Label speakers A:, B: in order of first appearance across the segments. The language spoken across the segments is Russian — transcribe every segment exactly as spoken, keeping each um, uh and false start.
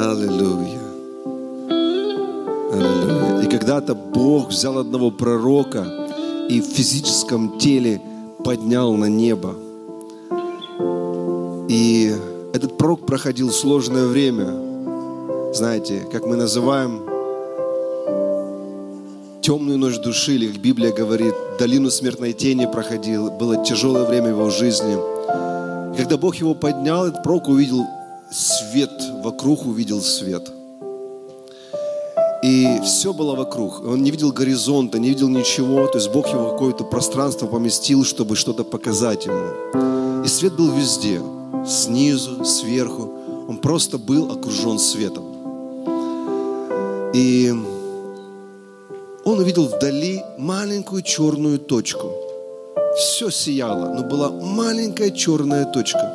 A: Аллилуйя. Аллилуйя. И когда-то Бог взял одного пророка и в физическом теле поднял на небо. И этот пророк проходил сложное время. Знаете, как мы называем темную ночь души, или как Библия говорит, долину смертной тени проходил. Было тяжелое время в его жизни. И когда Бог его поднял, этот пророк увидел свет, вокруг увидел свет. И все было вокруг. Он не видел горизонта, не видел ничего. То есть Бог его в какое-то пространство поместил, чтобы что-то показать ему. И свет был везде. Снизу, сверху. Он просто был окружен светом. И он увидел вдали маленькую черную точку. Все сияло, но была маленькая черная точка.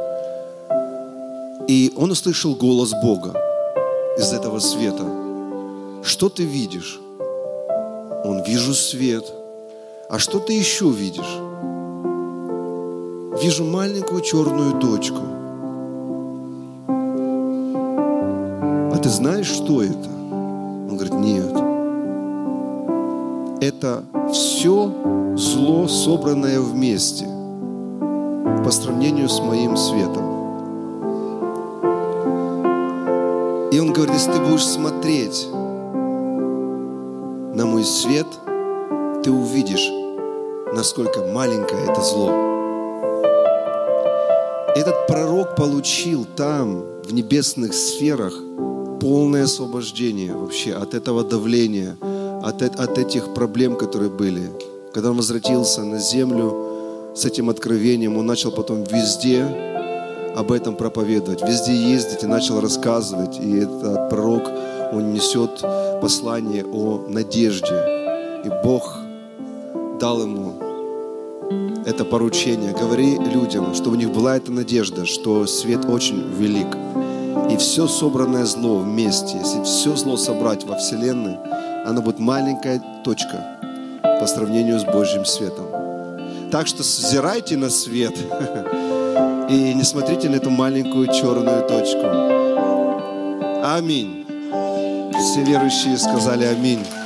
A: И он услышал голос Бога из этого света. Что ты видишь? Он: вижу свет. А что ты еще видишь? Вижу маленькую черную точку. А ты знаешь, что это? Он говорит: нет. Это все зло, собранное вместе по сравнению с моим светом. И он говорит: если ты будешь смотреть на мой свет, ты увидишь, насколько маленькое это зло. Этот пророк получил там, в небесных сферах, полное освобождение вообще от этого давления, от, от этих проблем, которые были. Когда он возвратился на землю с этим откровением, он начал потом везде об этом проповедовать, везде ездить и начал рассказывать. И этот пророк, он несет послание о надежде. И Бог дал ему это поручение: говори людям, что у них была эта надежда, что свет очень велик. И все собранное зло вместе, если все зло собрать во вселенной, оно будет маленькая точка по сравнению с Божьим светом. Так что взирайте на свет и не смотрите на эту маленькую черную точку. Аминь. Все верующие сказали аминь.